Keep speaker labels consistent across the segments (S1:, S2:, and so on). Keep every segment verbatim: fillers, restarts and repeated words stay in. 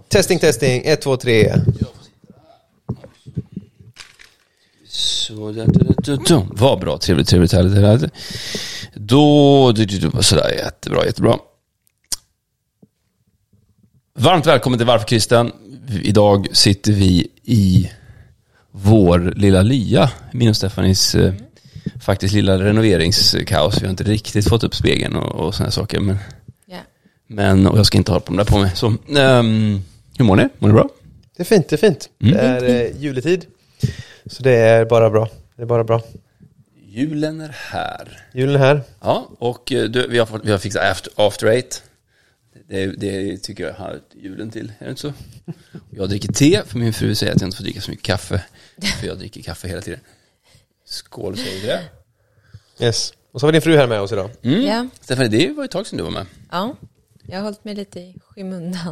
S1: Testing, testing. ett, två, tre.
S2: Så där, där, där, där. Vad bra, trevligt, trevligt, härligt, härligt. Då, sådär, jättebra, jättebra. Varmt välkommen till Varför Kristen. Idag sitter vi i vår lilla lya, min och Stefanis mm. eh, faktiskt lilla renoveringskaos. Vi har inte riktigt fått upp spegeln och, och såna saker. Men,
S3: yeah.
S2: men och jag ska inte ha på dem där på mig. Så, um, hur mår ni? Mår ni bra?
S1: Det är fint, det är fint. Mm. Det är eh, juletid. Så det är bara bra. Det är bara bra.
S2: Julen är här.
S1: Julen är här.
S2: Ja, och eh, du, vi har fått, vi har fixat after, after eight. Det, det tycker jag har julen till, är det inte så? Jag dricker te, för min fru säger att jag inte får dricka så mycket kaffe. För jag dricker kaffe hela tiden. Skål, säger det.
S1: Yes. Och så var din fru här med oss idag.
S2: Mm.
S3: Ja.
S2: Stefan, det var ett tag sedan du var med.
S3: Ja, jag har hållit mig lite i skymundan.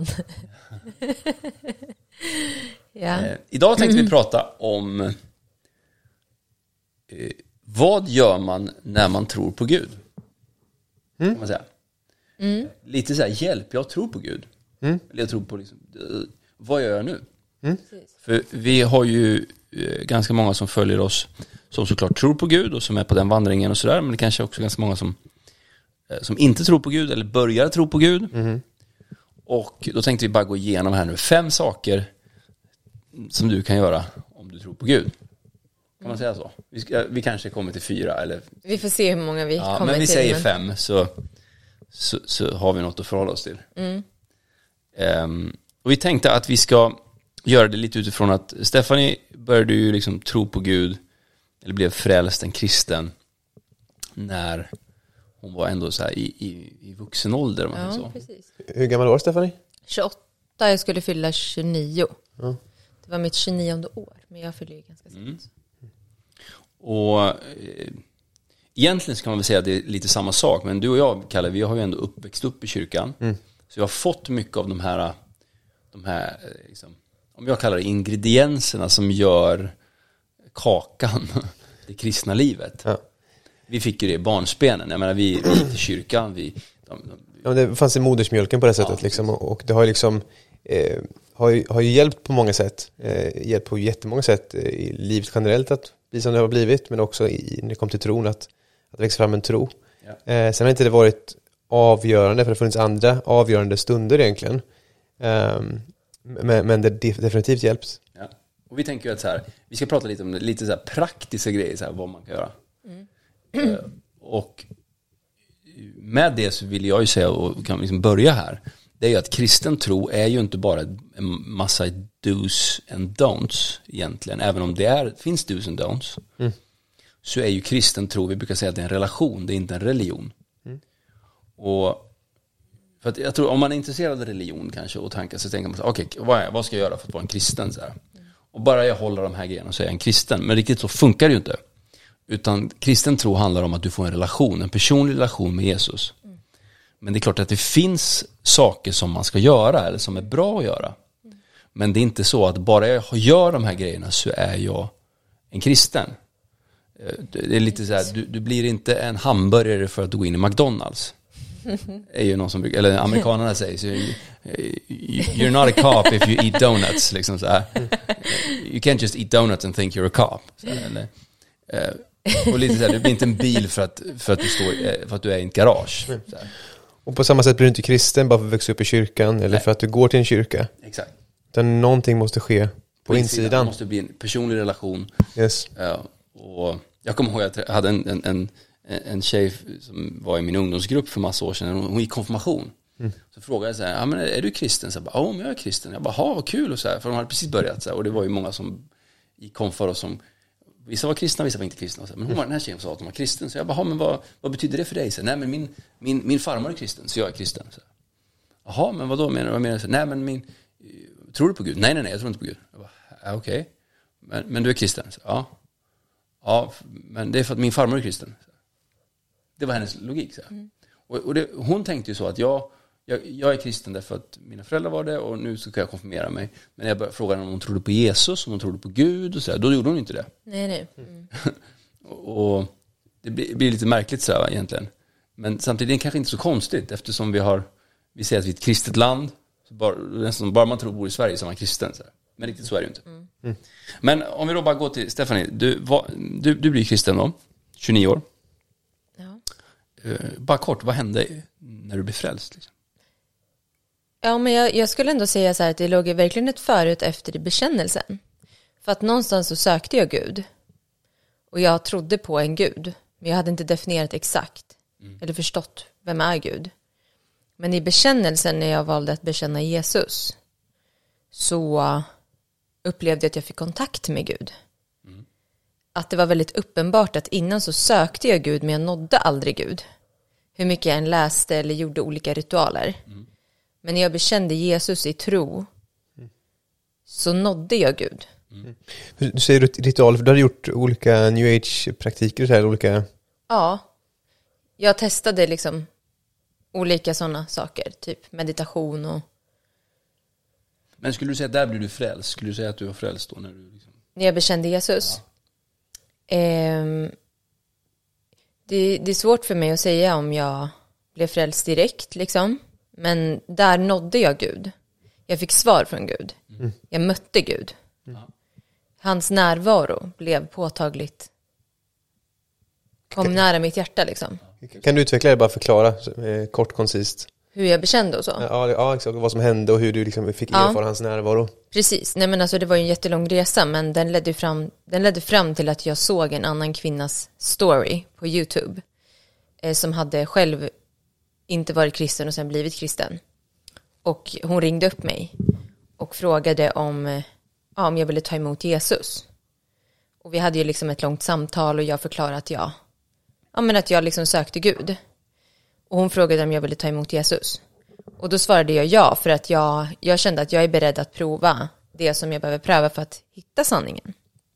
S3: ja.
S2: eh, Idag tänkte vi prata om eh, vad gör man när man tror på Gud? Mm. Kan man säga. Mm. Lite så här, hjälp, jag tror på Gud. Mm. Eller jag tror på liksom, uh, vad gör jag nu? Mm. För vi har ju uh, ganska många som följer oss som såklart tror på Gud och som är på den vandringen och sådär. Men det kanske också ganska många som, uh, som inte tror på Gud eller börjar tro på Gud. Mm. Och då tänkte vi bara gå igenom här nu fem saker som du kan göra om du tror på Gud. Kan man säga så? Vi, ska, vi kanske kommer till fyra. Eller... Vi
S3: får se hur många vi
S2: ja,
S3: kommer
S2: men vi
S3: till.
S2: Vi säger men... fem så... Så, så har vi något att förhålla oss till. Mm. Um, och vi tänkte att vi ska göra det lite utifrån att Stephanie började ju liksom tro på Gud eller blev frälst, en kristen när hon var ändå så här i, i, i vuxen ålder. Om man
S3: ja,
S2: så.
S3: Precis.
S1: Hur gammal var Stephanie?
S3: tjugoåtta, jag skulle fylla tjugonio. Ja. Det var mitt tjugonionde år, men jag fyllde ju ganska sent. Mm.
S2: Och... Eh, egentligen ska man väl säga att det är lite samma sak. Men du och jag, Kalle, vi har ju ändå uppväxt upp i kyrkan. Mm. Så vi har fått mycket av de här, de här liksom, om jag kallar det ingredienserna som gör kakan, det kristna livet. Ja. Vi fick ju det i barnsbenen. Jag menar, vi, vi gick till kyrkan. Vi, de, de,
S1: ja, det fanns i modersmjölken på det sättet. Ja, liksom, och det har ju liksom... Eh, har, ju, har ju hjälpt på många sätt. Eh, hjälpt på jättemånga sätt eh, i livet generellt att bli som det har blivit. Men också i, när det kom till tron att att växa fram en tro. Ja. Eh, sen har inte det varit avgörande, för det funnits andra avgörande stunder egentligen. Eh, men, men det definitivt hjälps.
S2: Ja. Och vi tänker att så här, vi ska prata lite om lite så här praktiska grejer, så här, vad man kan göra. Mm. Eh, och med det så vill jag ju säga, och kan liksom börja här, det är ju att kristen tro är ju inte bara en massa do's and don'ts egentligen, även om det är, finns do's and don'ts. Mm. Så är ju kristen tro, vi brukar säga att det är en relation, det är inte en religion. Mm. Och för att jag tror, om man är intresserad av religion kanske och tankar, så tänker man så okej, okay, vad, vad ska jag göra för att vara en kristen? Så här. Mm. Och bara jag håller de här grejerna så är jag en kristen. Men riktigt så funkar det ju inte. Utan kristen tro handlar om att du får en relation, en personlig relation med Jesus. Mm. Men det är klart att det finns saker som man ska göra eller som är bra att göra. Mm. Men det är inte så att bara jag gör de här grejerna så är jag en kristen. Det är lite så här, du, du blir inte en hamburgare för att du går in i McDonald's. Är ju någon som brukar, eller amerikanerna säger så, you're not a cop if you eat donuts liksom så här. You can't just eat donuts and think you're a cop. Så här, eller, och lite så här, du blir inte en bil för att för att du står för att du är i ett garage. Så här.
S1: Och på samma sätt blir du inte kristen bara för att växa upp i kyrkan eller Nej. För att du går till en kyrka.
S2: Exakt.
S1: Utan någonting måste ske på, på insidan. insidan.
S2: Det måste bli en personlig relation.
S1: Yes.
S2: Ja. Och jag kommer ihåg att jag hade en, en, en, en tjej som var i min ungdomsgrupp för massa år sedan. Hon gick konfirmation. Mm. Så frågade jag så här, ja, men är du kristen? Så jag bara, ja, men jag är kristen. Jag bara, ha, vad kul. Och så här, för de hade precis börjat. Så här, och det var ju många som gick konfar och som, vissa var kristna, vissa var inte kristna. Och så här, men hon var den här tjejen som sa att de var kristen. Så jag bara, ha, men vad, vad betyder det för dig? Så här, nej, men min, min, min farmor är kristen, så jag är kristen. Så här, jaha, men vad då menar du? Vad menar du? Så här, nej, men min, tror du på Gud? Nej, nej, nej, jag tror inte på Gud. Jag bara, ja, okej. Okay. Men, men du är kristen? Så, ja. Ja, men det är för att min farmor är kristen. Det var hennes logik. Så. Mm. Och, och det, hon tänkte ju så att jag, jag, jag är kristen därför att mina föräldrar var det och nu så kan jag konfirmera mig. Men när jag började fråga om hon trodde på Jesus, om hon trodde på Gud och så här, då gjorde hon inte det.
S3: Nej, nej. Mm.
S2: och det blir, blir lite märkligt så här, egentligen. Men samtidigt är det kanske inte så konstigt eftersom vi har, vi säger att vi är ett kristet land Så bara, nästan, bara man tror bor i Sverige så är man kristen. Så här. Men riktigt så är det ju inte. Mm. Mm. Men om vi då bara går till Stephanie. Du, vad, du, du blir kristen då, tjugonio år.
S3: Ja.
S2: Uh, bara kort, vad hände när du blev frälst? Liksom?
S3: Ja, men jag, jag skulle ändå säga så här att det låg verkligen ett förut efter i bekännelsen. För att någonstans så sökte jag Gud. Och jag trodde på en Gud. Men jag hade inte definierat exakt. Mm. Eller förstått vem är Gud. Men i bekännelsen när jag valde att bekänna Jesus. Så upplevde jag att jag fick kontakt med Gud. Mm. Att det var väldigt uppenbart att innan så sökte jag Gud. Men jag nådde aldrig Gud. Hur mycket jag än läste eller gjorde olika ritualer. Mm. Men när jag bekände Jesus i tro. Mm. Så nådde jag Gud.
S1: Mm. Du säger ritualer, för du har gjort olika new age-praktiker och så här, olika...
S3: Ja, jag testade liksom olika sådana saker, typ meditation och...
S2: Men skulle du säga att där blir du frälst? Skulle du säga att du var frälst då när du liksom...
S3: När jag bekände Jesus? Ja. Ehm, det, det är svårt för mig att säga om jag blev frälst direkt liksom. Men där nådde jag Gud. Jag fick svar från Gud. Mm. Jag mötte Gud. Mm. Hans närvaro blev påtagligt. Kom kan, nära mitt hjärta liksom.
S1: Kan du utveckla det, bara förklara eh, kort, koncist?
S3: Hur jag bekände och så?
S1: Ja, ja exakt. Vad som hände och hur du liksom fick erfara ja. hans närvaro.
S3: Precis. Nej, men alltså, det var ju en jättelång resa, men den ledde, fram, den ledde fram till att jag såg en annan kvinnas story på YouTube. Eh, som hade själv inte varit kristen och sen blivit kristen. Och hon ringde upp mig och frågade om... Ja, om jag ville ta emot Jesus. Och vi hade ju liksom ett långt samtal och jag förklarade att jag, ja, men att jag liksom sökte Gud. Och hon frågade om jag ville ta emot Jesus. Och då svarade jag ja, för att jag, jag kände att jag är beredd att prova det som jag behöver pröva för att hitta sanningen.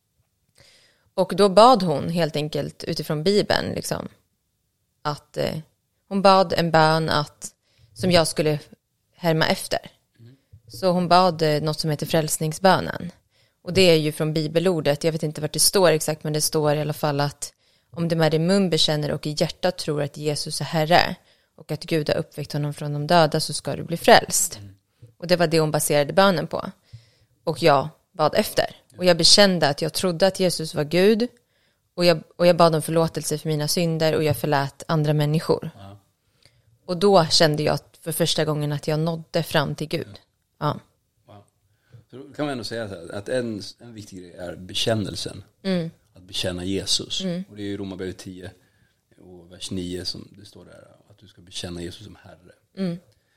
S3: Och då bad hon helt enkelt utifrån Bibeln liksom, att eh, hon bad en bön att, som jag skulle härma efter. Så hon bad något som heter frälsningsbönen. Och det är ju från bibelordet. Jag vet inte vart det står exakt, men det står i alla fall att om du med din mun bekänner och i hjärtat tror att Jesus är Herre och att Gud har uppväckt honom från de döda, så ska du bli frälst. Och det var det hon baserade bönen på. Och jag bad efter. Och jag bekände att jag trodde att Jesus var Gud. Och jag, och jag bad om förlåtelse för mina synder och jag förlät andra människor. Ja. Och då kände jag för första gången att jag nådde fram till Gud. Ja.
S2: Wow. Så då kan man ändå säga så här, att en, en viktig grej är bekännelsen. Mm. Att bekänna Jesus. Mm. Och det är ju Romarbrevet tio och vers nio som det står där. Att du ska bekänna Jesus som Herre. Mm.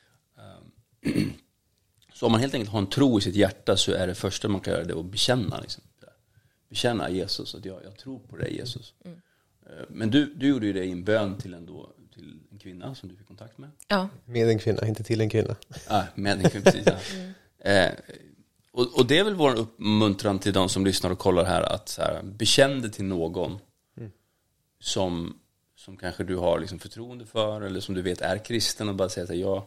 S2: Um, så om man helt enkelt har en tro i sitt hjärta, så är det första man kan göra det att bekänna. Liksom. Bekänna Jesus, att jag, jag tror på dig Jesus. Mm. Uh, men du, du gjorde ju det i en bön till en, då, till en kvinna som du fick kontakt med.
S3: Ja.
S1: Med en kvinna, inte till en kvinna.
S2: Ja, med en kvinna, precis. Ja. Mm. Eh, och, och det är väl vår uppmuntran till de som lyssnar och kollar här, att så här, bekänn det till någon mm. som, som kanske du har liksom förtroende för, eller som du vet är kristen, och bara säga att jag,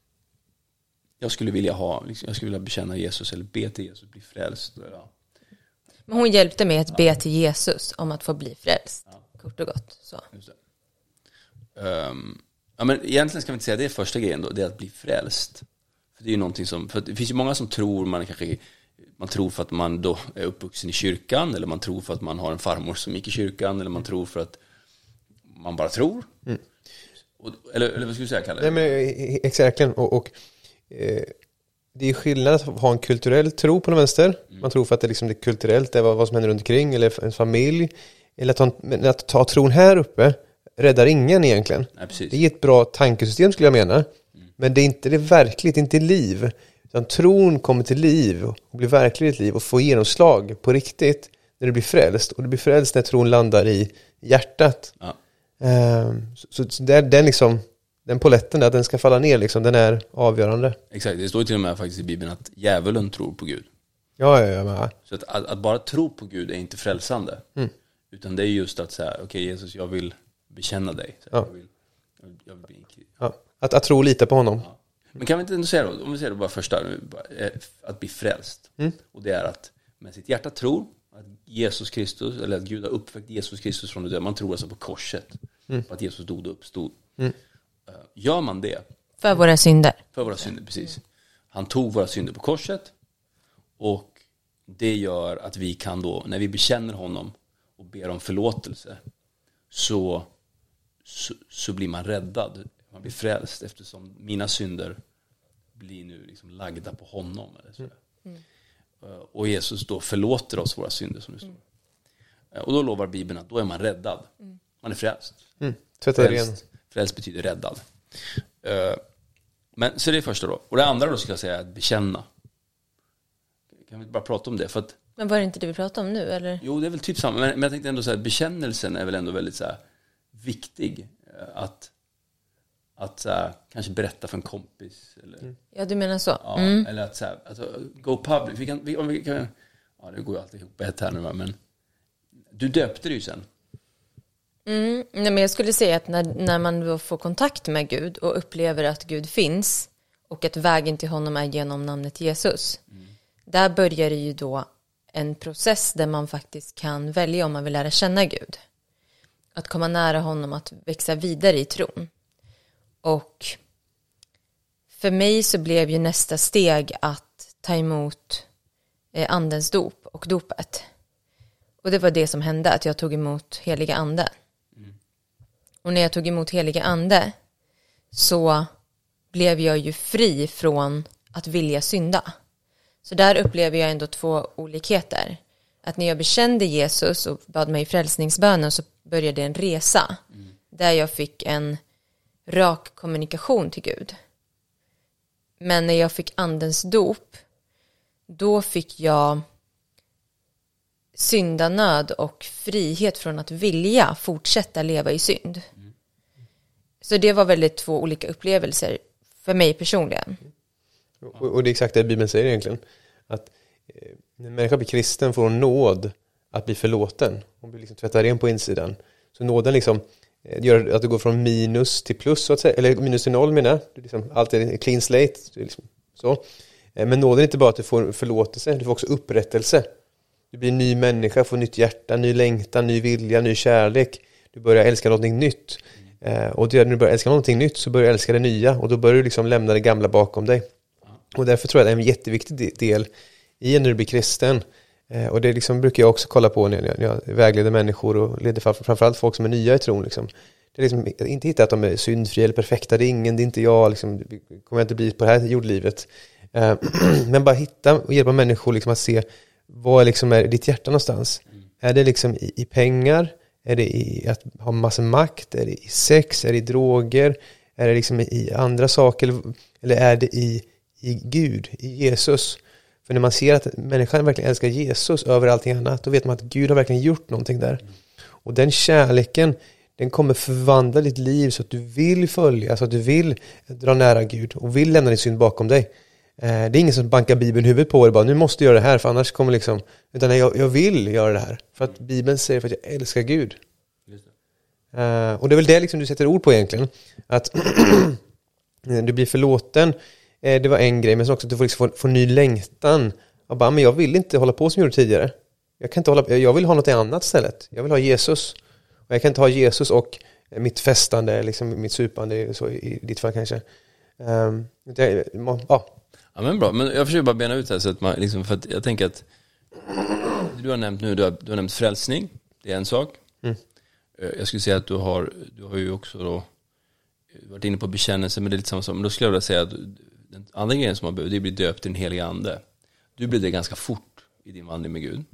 S2: jag skulle vilja ha, liksom, jag skulle vilja bekänna Jesus eller be till Jesus, bli frälst. Ja.
S3: Men hon hjälpte mig att be till Jesus om att få bli frälst, ja. Kort och gott. Så.
S2: Just det. Um, ja, men egentligen ska vi inte säga det är första grejen då, det är att bli frälst. För det är ju någonting som, för det finns ju många som tror, man kanske man tror för att man då är uppvuxen i kyrkan, eller man tror för att man har en farmor som gick i kyrkan, eller man tror för att man bara tror. Mm. Och, eller, eller vad skulle du säga, Kalle?
S1: Nej, men exakt, och, och eh, det är skillnad att ha en kulturell tro på den vänster. Mm. Man tror för att det, liksom, det är kulturellt, det är vad, vad som händer runt omkring, eller en familj. Eller att ta, men att ta tron här uppe räddar ingen egentligen.
S2: Nej,
S1: det är ett bra tankesystem, skulle jag mena. Mm. Men det är inte det verkligt, inte liv. Utan tron kommer till liv och blir verkligt liv och får genomslag på riktigt när du blir frälst. Och du blir frälst när tron landar i hjärtat. Ja. Um, så så det är, den, liksom, den poletten där, den ska falla ner, liksom, den är avgörande.
S2: Exakt, det står ju till och med faktiskt i Bibeln att djävulen tror på Gud.
S1: Ja, ja, ja. Men...
S2: Så att, att, att bara tro på Gud är inte frälsande. Mm. Utan det är just att säga, okej okay, Jesus, jag vill bekänna dig. Så
S1: ja.
S2: jag vill, jag vill, jag vill bli en...
S1: ja. att, att tro lite på honom. Ja.
S2: Men kan vi inte ändå säga då, om vi säger det bara första, att bli frälst. Mm. Och det är att med sitt hjärta tror att Jesus Kristus, eller att Gud har uppväckt Jesus Kristus från det döda. Man tror alltså på korset. Mm. På att Jesus dog och uppstod. Mm. Gör man det?
S3: För våra synder.
S2: För våra synder, precis. Han tog våra synder på korset. Och det gör att vi kan då, när vi bekänner honom och ber om förlåtelse, så, så, så blir man räddad. Man blir frälst eftersom mina synder blir nu liksom lagda på honom. Eller så. Mm. Och Jesus då förlåter oss våra synder, som det står. Mm. Och då lovar Bibeln att då är man räddad. Mm. Man är frälst.
S1: Mm.
S2: Frälst, frälst betyder räddad. Men så det är det första då. Och det andra då ska jag säga är att bekänna. Kan vi bara prata om det? För att,
S3: men var det inte det vi pratade om nu? Eller?
S2: Jo, det är väl typ samma. Men, men jag tänkte ändå så här, bekännelsen är väl ändå väldigt så här, viktig. Att, att så här, kanske berätta för en kompis. Eller,
S3: mm. Ja, du menar så.
S2: Ja,
S3: mm.
S2: Eller att så här, alltså, go public. Vi kan, vi, om vi kan, ja, det går ju alltid ihop ett här nu. Men du döpte dig ju sen.
S3: Mm, nej, men jag skulle säga att när, när man då får kontakt med Gud och upplever att Gud finns och att vägen till honom är genom namnet Jesus, mm. där börjar det ju då en process där man faktiskt kan välja om man vill lära känna Gud. Att komma nära honom, att växa vidare i tron. Och för mig så blev ju nästa steg att ta emot eh, andens dop och dopet. Och det var det som hände, att jag tog emot heliga ande. Mm. Och när jag tog emot heliga ande så blev jag ju fri från att vilja synda. Så där upplever jag ändå två olikheter. Att när jag bekände Jesus och bad mig i frälsningsbönen så började en resa. Mm. Där jag fick en rak kommunikation till Gud. Men när jag fick andens dop, då fick jag syndanöd och frihet från att vilja fortsätta leva i synd. Mm. Så det var väldigt två olika upplevelser för mig personligen.
S1: Och, och det är exakt det Bibeln säger egentligen. Att eh, när en människa blir kristen får hon nåd att bli förlåten. Hon blir liksom tvättad ren på insidan. Så nåden liksom eh, gör att det går från minus till plus, så att säga. Eller minus till noll menar jag. Det är liksom, allt är clean slate. Det är liksom så. Eh, men nåden är inte bara att du får förlåtelse, du får också upprättelse. Du blir en ny människa, får nytt hjärta, ny längtan, ny vilja, ny kärlek. Du börjar älska någonting nytt. Eh, och det, när du börjar älska någonting nytt så börjar du älska det nya. Och då börjar du liksom lämna det gamla bakom dig. Och därför tror jag att det är en jätteviktig del i när du blir kristen. Eh, och det liksom brukar jag också kolla på när jag, när jag vägleder människor och leder framförallt folk som är nya i tron. Liksom. Det är liksom, inte hitta att de är syndfria eller perfekta, det är ingen, det är inte jag. Liksom, det kommer jag inte bli på det här jordlivet. Eh, men bara hitta och hjälpa människor liksom att se vad liksom är ditt hjärta någonstans. Mm. Är det liksom i, i pengar? Är det i att ha massa makt? Är det i sex? Är det i droger? Är det liksom i andra saker? Eller, eller är det i i Gud, i Jesus? För när man ser att människan verkligen älskar Jesus över allting annat, då vet man att Gud har verkligen gjort någonting där. Mm. Och den kärleken, den kommer förvandla ditt liv så att du vill följa, så att du vill dra nära Gud och vill lämna din synd bakom dig. Eh, det är ingen som bankar Bibeln i huvudet på dig bara, nu måste du göra det här för annars kommer liksom, utan nej, jag, jag vill göra det här. För att Bibeln säger för att jag älskar Gud. Just det. Eh, och det är väl det liksom du sätter ord på egentligen. Att du blir förlåten. Det var en grej, men också att du får, liksom få, få ny längtan. Och bara, men jag vill inte hålla på som jag gjorde tidigare. Jag kan inte hålla, jag vill ha något annat istället. Jag vill ha Jesus. Och jag kan inte ha Jesus och mitt festande, liksom mitt supande, så i ditt fall kanske. Um, det, ja.
S2: Ja, men bra. Men jag försöker bara bena ut det här så att man, liksom, för att jag tänker att du har nämnt nu, du har, du har nämnt frälsning. Det är en sak. Mm. Jag skulle säga att du har, du har ju också då varit inne på bekännelse, men det är lite samma sak. Men då skulle jag vilja säga att den andra grejen som man behöver, det blir döpt i den heliga ande. Du blir det ganska fort i din vandring med Gud.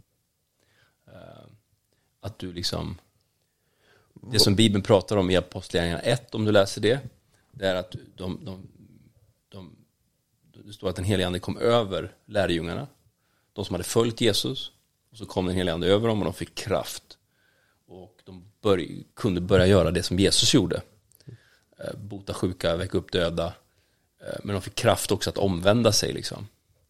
S2: Att du liksom, det som Bibeln pratar om i Apostlagärningarna ett, om du läser det, det är att de, de, de, det står att den heliga ande kom över lärjungarna, de som hade följt Jesus, och så kom den heliga ande över dem och de fick kraft. Och de börj, kunde börja göra det som Jesus gjorde. Bota sjuka, väcka upp döda. Men de fick kraft också att omvända sig liksom.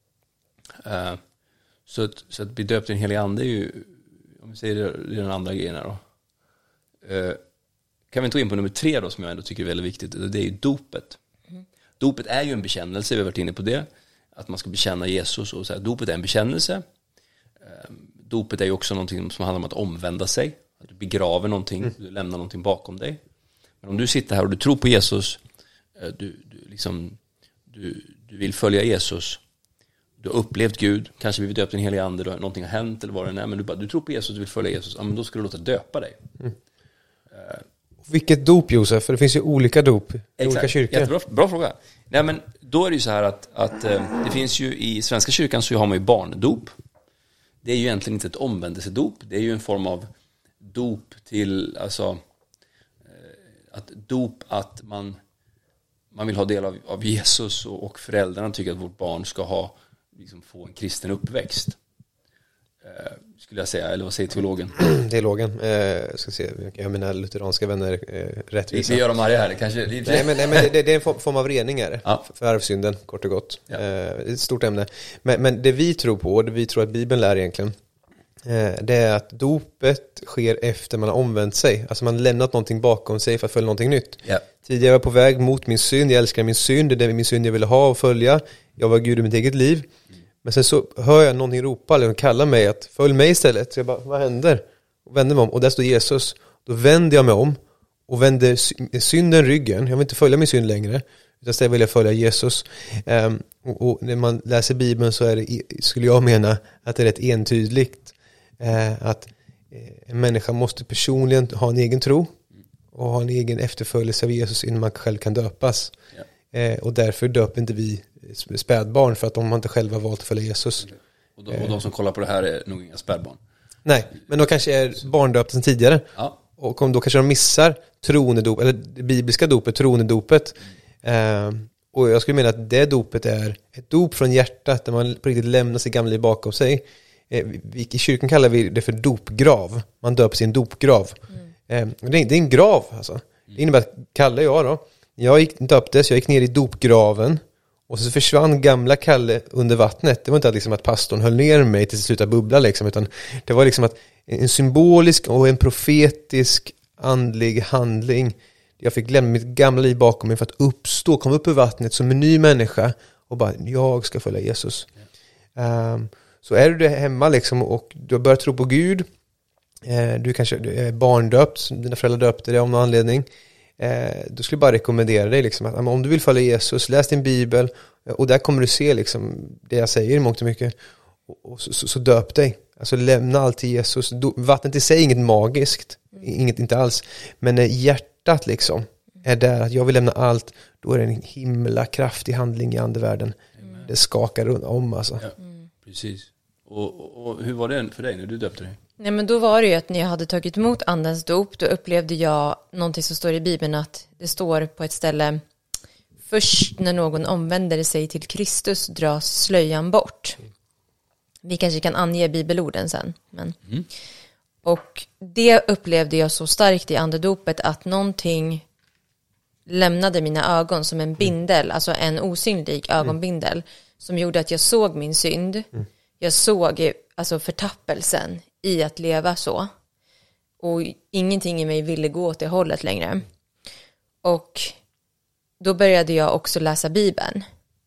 S2: Så att, så att bli döpt i en helig ande är ju, om vi säger det, det är den andra grejen här då. Kan vi inte gå in på nummer tre då, som jag ändå tycker är väldigt viktigt. Det är ju dopet. Mm. Dopet är ju en bekännelse, vi har varit inne på det. Att man ska bekänna Jesus och så här. Dopet är en bekännelse. Dopet är ju också någonting som handlar om att omvända sig. Att du begraver någonting, mm. du lämnar någonting bakom dig. Men om du sitter här och du tror på Jesus, du, du, liksom, du, du vill följa Jesus, du har upplevt Gud, kanske blivit döpt i en helig ande, då någonting har hänt eller vad det är, men du, bara, du tror på Jesus, du vill följa Jesus, ja, men då ska du låta döpa dig. Mm.
S1: Uh, Vilket dop, Josef? För det finns ju olika dop i
S2: exakt.
S1: Olika kyrkor.
S2: Jättebra, bra fråga. Nej, men då är det ju så här att, att eh, det finns ju i Svenska kyrkan så har man ju barndop. Det är ju egentligen inte ett omvändelsedop, det är ju en form av dop till, alltså eh, att dop att man man vill ha del av, av Jesus och, och föräldrarna tycker att vårt barn ska ha liksom, få en kristen uppväxt. Eh, skulle jag säga, eller vad säger teologen?
S1: Teologen, eh, ska se, jag menar lutheranska vänner eh, rättvisa.
S2: Vi gör dem arga här, kanske.
S1: Nej, men, nej, men det, det är en form av rening är det,
S2: ja.
S1: för arvsynden, kort och gott.
S2: Ja.
S1: Eh, ett stort ämne. Men, men det vi tror på, det vi tror att Bibeln lär egentligen, eh, det är att dopet sker efter man har omvänt sig. Alltså man har lämnat någonting bakom sig för att följa någonting nytt.
S2: Ja.
S1: Tidigare var jag på väg mot min synd, jag älskar min synd, det är min synd jag ville ha och följa. Jag var Gud i mitt eget liv. Men sen så hör jag någonting ropa eller kalla mig att följ mig istället. Så jag bara, vad händer? Och vänder mig om och där står Jesus. Då vänder jag mig om och vänder synden ryggen. Jag vill inte följa min synd längre. Utan istället vill jag följa Jesus. Um, och, och när man läser Bibeln så är det, skulle jag mena att det är rätt entydigt. Uh, att en människa måste personligen ha en egen tro. Och ha en egen efterföljelse av Jesus innan man själv kan döpas. Ja. Uh, och därför döper inte vi spädbarn för att de har inte själva valt att följa Jesus.
S2: Och de, och de som kollar på det här är nog inga spädbarn.
S1: Nej, men de kanske är barndöpta sedan tidigare. Ja. Och då kanske de missar tronedop, eller det bibliska dopet, tronedopet. Mm. Uh, och jag skulle mena att det dopet är ett dop från hjärtat där man på riktigt lämnar sig gamla liv bakom sig. Uh, vi, I kyrkan kallar vi det för dopgrav. Man döper sin dopgrav. Mm. Uh, det, är, det är en grav alltså. Det innebär att Kalle jag då, jag gick, döptes, jag gick ner i dopgraven. Och så försvann gamla Kalle under vattnet. Det var inte liksom att pastorn höll ner mig tills det slutade bubbla liksom, utan det var liksom att en symbolisk och en profetisk andlig handling. Jag fick lämna mitt gamla liv bakom mig för att uppstå, komma upp ur vattnet som en ny människa och bara, jag ska följa Jesus. Yeah. Um, så är du det hemma liksom och du har börjat tro på Gud, eh, du kanske är barndöpt, dina föräldrar döpte dig av någon anledning. Eh, då skulle jag bara rekommendera dig liksom, att om du vill följa Jesus, läs din bibel och där kommer du se liksom, det jag säger i mångt och mycket och, och så, så, så döp dig, alltså lämna allt till Jesus. Do, vattnet i sig är inget magiskt, inget, inte alls, men när hjärtat liksom är där att jag vill lämna allt, då är det en himla kraftig handling i andevärlden. Mm. Det skakar om alltså.
S2: Ja, precis. Och, och, och hur var det för dig när du döpte dig?
S3: Nej, men då var det ju att när jag hade tagit emot andens dop, då upplevde jag någonting som står i Bibeln, att det står på ett ställe, först när någon omvänder sig till Kristus dras slöjan bort. Vi kanske kan ange bibelorden sen. Men. Mm. Och det upplevde jag så starkt i andedopet att någonting lämnade mina ögon som en bindel, alltså en osynlig ögonbindel, mm. som gjorde att jag såg min synd. Mm. Jag såg alltså förtappelsen i att leva så. Och ingenting i mig ville gå åt det hållet längre. Och då började jag också läsa Bibeln.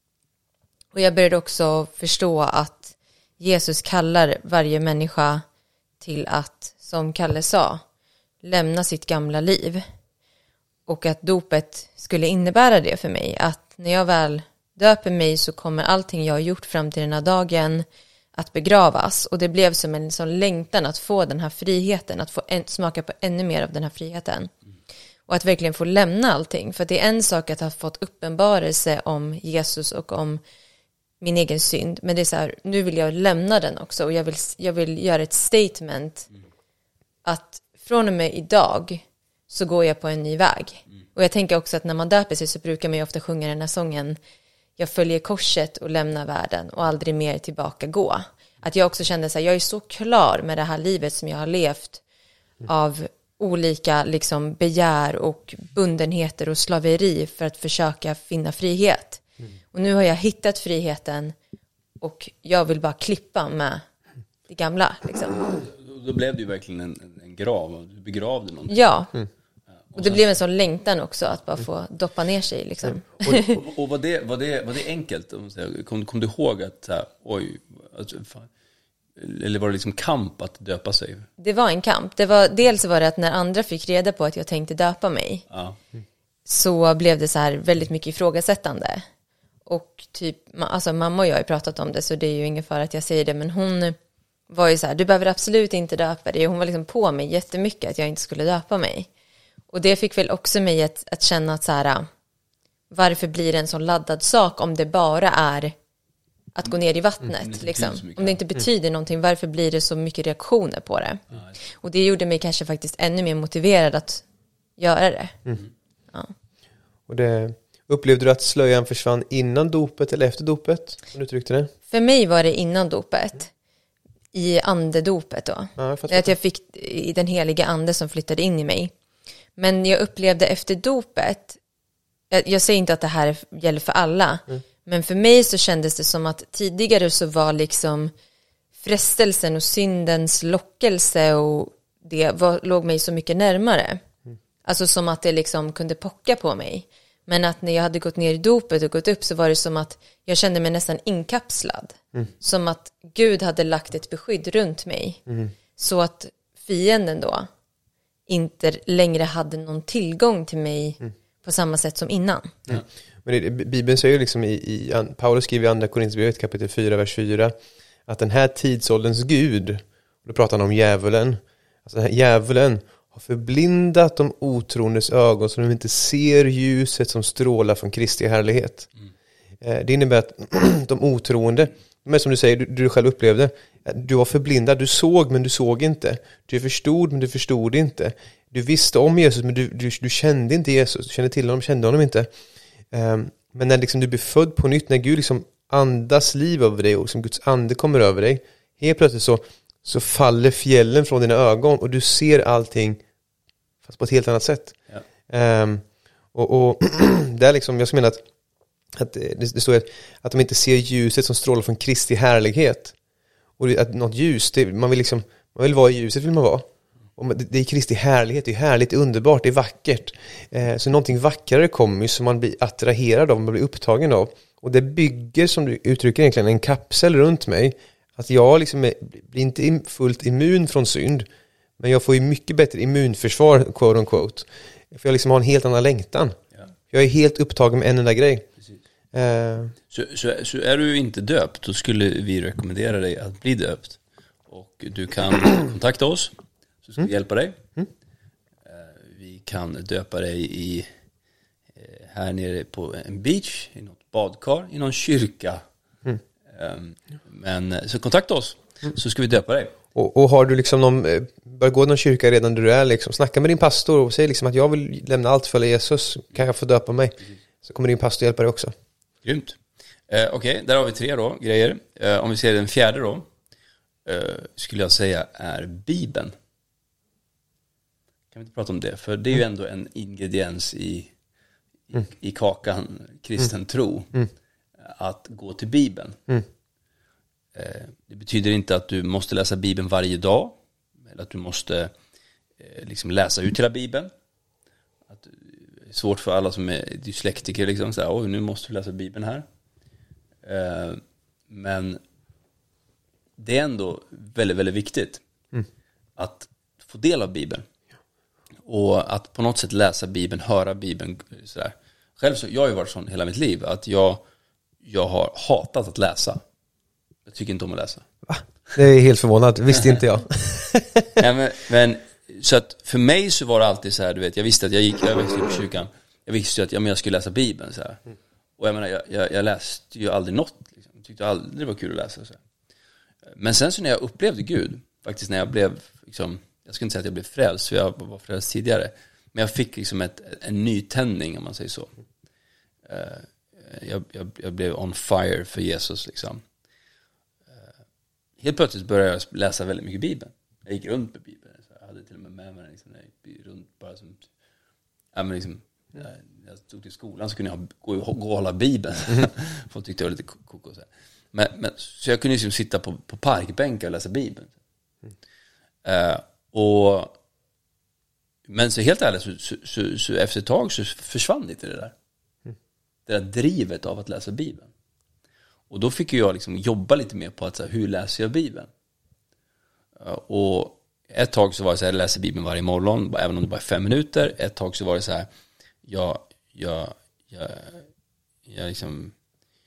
S3: Och jag började också förstå att Jesus kallar varje människa till att, som Kalle sa, lämna sitt gamla liv. Och att dopet skulle innebära det för mig. Att när jag väl döper mig så kommer allting jag har gjort fram till den här dagen att begravas. Och det blev som en sån längtan att få den här friheten, att få en, smaka på ännu mer av den här friheten. Och att verkligen få lämna allting. För det är en sak att ha fått uppenbarelse om Jesus och om min egen synd. Men det är så här, nu vill jag lämna den också. Och jag vill, jag vill göra ett statement att från och med idag så går jag på en ny väg. Och jag tänker också att när man döper sig så brukar man ju ofta sjunga den här sången, jag följer korset och lämnar världen och aldrig mer tillbaka gå. Att jag också kände så här, jag är så klar med det här livet som jag har levt av olika liksom begär och bundenheter och slaveri för att försöka finna frihet. Mm. Och nu har jag hittat friheten och jag vill bara klippa med det gamla. Liksom.
S2: Då blev det ju verkligen en, en grav, du begravde någonting.
S3: Ja. Mm. Och det blev en sån längtan också att bara få doppa ner sig liksom.
S2: Och, och, och var, det, var, det, var det enkelt? Kom, kom du ihåg att så här, oj, alltså, fan, eller var det liksom kamp att döpa sig?
S3: Det var en kamp. Det var, dels var det att när andra fick reda på att jag tänkte döpa mig, ja. så blev det så här väldigt mycket ifrågasättande. Och typ, alltså mamma och jag har ju pratat om det, så det är ju ingen fara att jag säger det, men hon var ju så här, du behöver absolut inte döpa dig. Hon var liksom på mig jättemycket att jag inte skulle döpa mig. Och det fick väl också mig att, att känna att så här, varför blir det en sån laddad sak om det bara är att gå ner i vattnet, mm, liksom. Om det inte betyder mm. någonting, varför blir det så mycket reaktioner på det? Mm. Och det gjorde mig kanske faktiskt ännu mer motiverad att göra det. Mm. Ja.
S1: Och det, upplevde du att slöjan försvann innan dopet eller efter dopet? Som du uttryckte det?
S3: För mig var det innan dopet. Mm. I andedopet då. Ja, jag att jag fick i den heliga ande som flyttade in i mig. Men jag upplevde efter dopet, jag, jag säger inte att det här gäller för alla, mm. men för mig så kändes det som att tidigare så var liksom frestelsen och syndens lockelse och det var, låg mig så mycket närmare. Mm. Alltså som att det liksom kunde pocka på mig. Men att när jag hade gått ner i dopet och gått upp så var det som att jag kände mig nästan inkapslad. Mm. Som att Gud hade lagt ett beskydd runt mig. Mm. Så att fienden då inte längre hade någon tillgång till mig mm. på samma sätt som innan.
S1: Mm. Men det, Bibeln säger liksom i, i Paulus skriver i andra Korinthierbrevet kapitel fyra, vers fyra, att den här tidsålderns Gud, då pratar han om djävulen, alltså den här djävulen har förblindat de otroendes ögon så de inte ser ljuset som strålar från Kristi härlighet. Mm. Det innebär att de otroende, men som du säger, du, du själv upplevde, du var förblindad, du såg men du såg inte. Du förstod men du förstod inte. Du visste om Jesus men du, du, du kände inte Jesus, du kände till honom, kände honom inte. Um, men när liksom du blir född på nytt, när Gud liksom andas liv över dig och liksom Guds ande kommer över dig, helt plötsligt så så faller fjällen från dina ögon och du ser allting fast på ett helt annat sätt. Ja. Um, och, och där liksom, jag menar att, att det, det står att, att de inte ser ljuset som strålar från Kristi härlighet. Och det, att något ljus, det, man vill liksom, man vill vara i ljuset, vill man vara. Och det, det är Kristi härlighet, det är härligt, det är underbart, det är vackert. Uh, så någonting vackrare kommer ju som man blir attraherad av, man blir upptagen av. Och det bygger, som du uttrycker egentligen, en kapsel runt mig. Att jag liksom är, blir inte fullt immun från synd, men jag får ju mycket bättre immunförsvar, quote unquote. För jag liksom har en helt annan längtan. Ja. Jag är helt upptagen med en enda grej. Uh,
S2: så, så, så är du inte döpt, då skulle vi rekommendera dig att bli döpt. Och du kan kontakta oss, så ska mm. vi hjälpa dig. Mm. Uh, vi kan döpa dig i uh, här nere på en beach, i något badkar, i någon kyrka. Mm. Um, men så kontakta oss, mm. så ska vi döpa dig.
S1: Och, och har du liksom någon, bör gå någon kyrka redan där du är, liksom, snacka med din pastor och säg liksom att jag vill lämna allt för Jesus, kan jag få döpa mig? Mm. Så kommer din pastor hjälpa dig också.
S2: Grymt. Eh, Okej, okay, där har vi tre då, grejer. Eh, om vi ser den fjärde då, eh, skulle jag säga är Bibeln. Kan vi inte prata om det? För det är ju ändå en ingrediens i, i, mm. i kakan kristen mm. tro. Mm. Att gå till Bibeln. Mm. Eh, det betyder inte att du måste läsa Bibeln varje dag. Eller att du måste eh, liksom läsa ut hela Bibeln. Att det är svårt för alla som är dyslektiker liksom, så här, oj, nu måste du läsa Bibeln här. Eh, men det är ändå väldigt, väldigt viktigt mm. att få del av Bibeln. Och att på något sätt läsa Bibeln, höra Bibeln. Så där. Själv så, jag har ju varit sån hela mitt liv att jag, jag har hatat att läsa. Jag tycker inte om att läsa.
S1: Va? Det är helt förvånad, visste inte jag.
S2: Nej, men, men så att för mig så var det alltid så här, du vet, jag visste att jag gick, jag växte upp i kyrkan. Jag visste att ja, men jag skulle läsa Bibeln så här. Mm. Och jag menar, jag, jag, jag läste ju aldrig något. Liksom. Jag tyckte aldrig det var kul att läsa. Så här. Men sen så när jag upplevde Gud, faktiskt när jag blev, liksom, jag ska inte säga att jag blev frälst, för jag var frälst tidigare. Men jag fick liksom ett, en ny tändning, om man säger så. Jag, jag, jag blev on fire för Jesus liksom. Helt plötsligt började jag läsa väldigt mycket Bibeln. Jag gick runt med Bibeln. Så jag hade till och med med mig liksom, jag gick runt bara som, ja, men liksom, jag, jag stod till skolan så kunde jag gå, gå och hålla Bibeln. Mm. Folk tyckte jag var lite koko och så. Men, men, så jag kunde liksom sitta på, på parkbänkar och läsa Bibeln. Mm. Uh, och men så helt ärligt så, så, så, så efter ett tag så försvann lite det där. Mm. Det där drivet av att läsa Bibeln. Och då fick jag liksom jobba lite mer på att så här, hur läser jag Bibeln? Uh, och ett tag så var det så här, jag läser Bibeln varje morgon, även om det bara är fem minuter. Ett tag så var det så här, jag, jag, jag, jag liksom,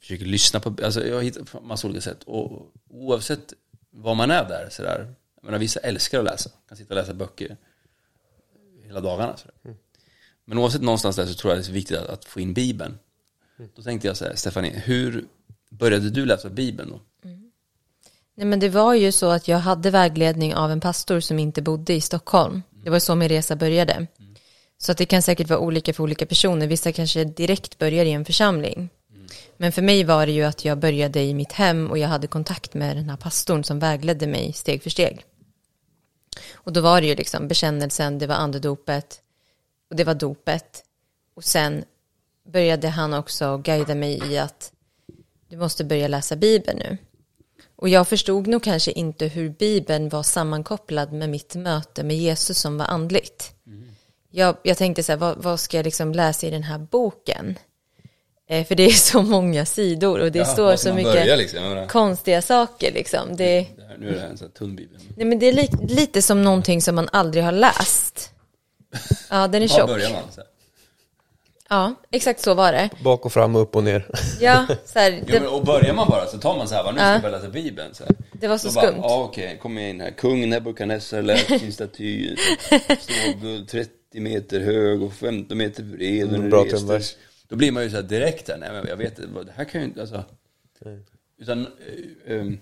S2: försöker lyssna på, alltså jag hittar på massa olika sätt. Och oavsett vad man är där, sådär, jag menar, vissa älskar att läsa, kan sitta och läsa böcker hela dagarna. Mm. Men oavsett någonstans där så tror jag det är så viktigt att, att få in Bibeln. Mm. Då tänkte jag så här, Stefanie, hur började du läsa Bibeln då?
S3: Mm. Nej, men det var ju så att jag hade vägledning av en pastor som inte bodde i Stockholm. Mm. Det var så min resa började. Mm. Så att det kan säkert vara olika för olika personer. Vissa kanske direkt börjar i en församling. Mm. Men för mig var det ju att jag började i mitt hem och jag hade kontakt med den här pastorn som vägledde mig steg för steg. Och då var det ju liksom bekännelsen, det var andedopet och det var dopet. Och sen började han också guida mig i att du måste börja läsa Bibeln nu. Och jag förstod nog kanske inte hur Bibeln var sammankopplad med mitt möte med Jesus som var andligt. Mm. Jag, jag tänkte så här, vad, vad ska jag liksom läsa i den här boken? Eh, för det är så många sidor och det ja, står så mycket börja, liksom, konstiga saker. Liksom. Det,
S2: det här, nu är det här en sån här tunn Bibel.
S3: Nej, men det är li, lite som någonting som man aldrig har läst. Ja, den är tjock.
S2: Var börjar man så här?
S3: Ja, exakt så var det.
S1: Bak och fram, upp och ner.
S3: Ja, så här,
S2: det... jo, men, och börjar man bara så tar man så här, nu ska jag börja läsa Bibeln. Så här.
S3: Det var så
S2: då
S3: skumt.
S2: Ja, okej, okay, kommer jag in här. Kung Nebukadnessar lät sin staty, stålguld trettio meter hög och femton meter bred.
S1: Mm, bra rest.
S2: Då blir man ju så här direkt där, nej men jag vet det här kan ju inte, alltså. Mm. Utan, um,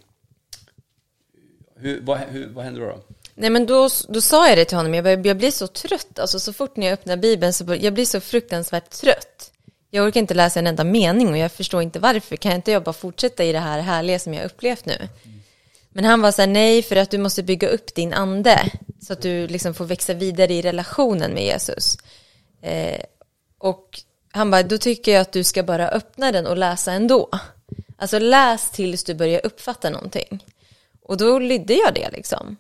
S2: hur, vad, hur, vad händer då då?
S3: Nej, men då, då sa jag det till honom, jag, började, jag blir så trött, alltså så fort när jag öppnar Bibeln så jag blir så fruktansvärt trött. Jag orkar inte läsa en enda mening och jag förstår inte varför. Kan jag inte jag bara fortsätta i det här härliga som jag upplevt nu? Mm. Men han var så här, nej, för att du måste bygga upp din ande så att du liksom får växa vidare i relationen med Jesus. Eh, och han bara, då tycker jag att du ska bara öppna den och läsa ändå. Alltså läs tills du börjar uppfatta någonting. Och då lydde jag det liksom.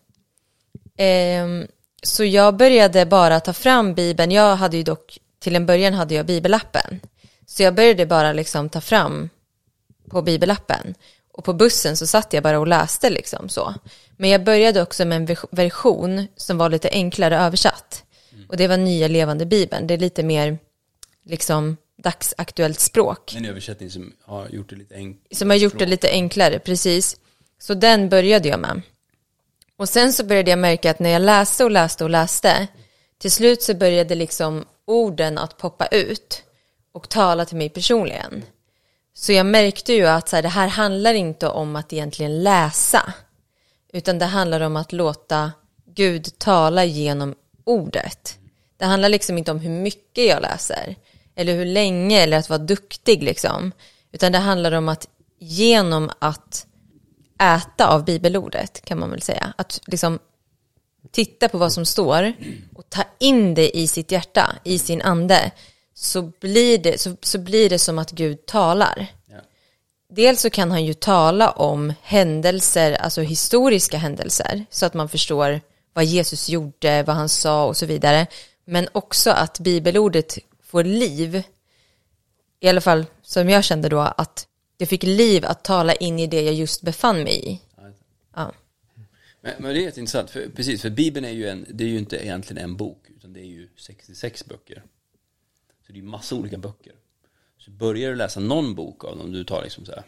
S3: Eh, så jag började bara ta fram Bibeln. Jag hade ju dock, till en början hade jag bibelappen. Så jag började bara liksom ta fram på bibelappen. Och på bussen så satt jag bara och läste liksom så. Men jag började också med en version som var lite enklare översatt. Mm. Och det var Nya levande Bibeln. Det är lite mer liksom dagsaktuellt språk.
S2: En översättning som har gjort det lite enklare.
S3: Som har gjort det lite enklare, precis. Så den började jag med. Och sen så började jag märka att när jag läste och läste och läste, till slut så började liksom orden att poppa ut och tala till mig personligen. Så jag märkte ju att så här, det här handlar inte om att egentligen läsa, utan det handlar om att låta Gud tala genom ordet. Det handlar liksom inte om hur mycket jag läser eller hur länge eller att vara duktig liksom, utan det handlar om att genom att äta av bibelordet, kan man väl säga, att liksom titta på vad som står och ta in det i sitt hjärta, i sin ande, så blir det, så, så blir det som att Gud talar. Ja. Dels så kan han ju tala om händelser, alltså historiska händelser, så att man förstår vad Jesus gjorde, vad han sa och så vidare. Men också att bibelordet får liv, i alla fall som jag kände då, att det fick liv att tala in i det jag just befann mig i. Ja.
S2: Men, men det är intressant, för, precis, för Bibeln är ju, en, det är ju inte egentligen en bok, utan det är ju sextiosex böcker. Så det är ju massa olika böcker. Så börjar du läsa någon bok av dem, du tar liksom så här,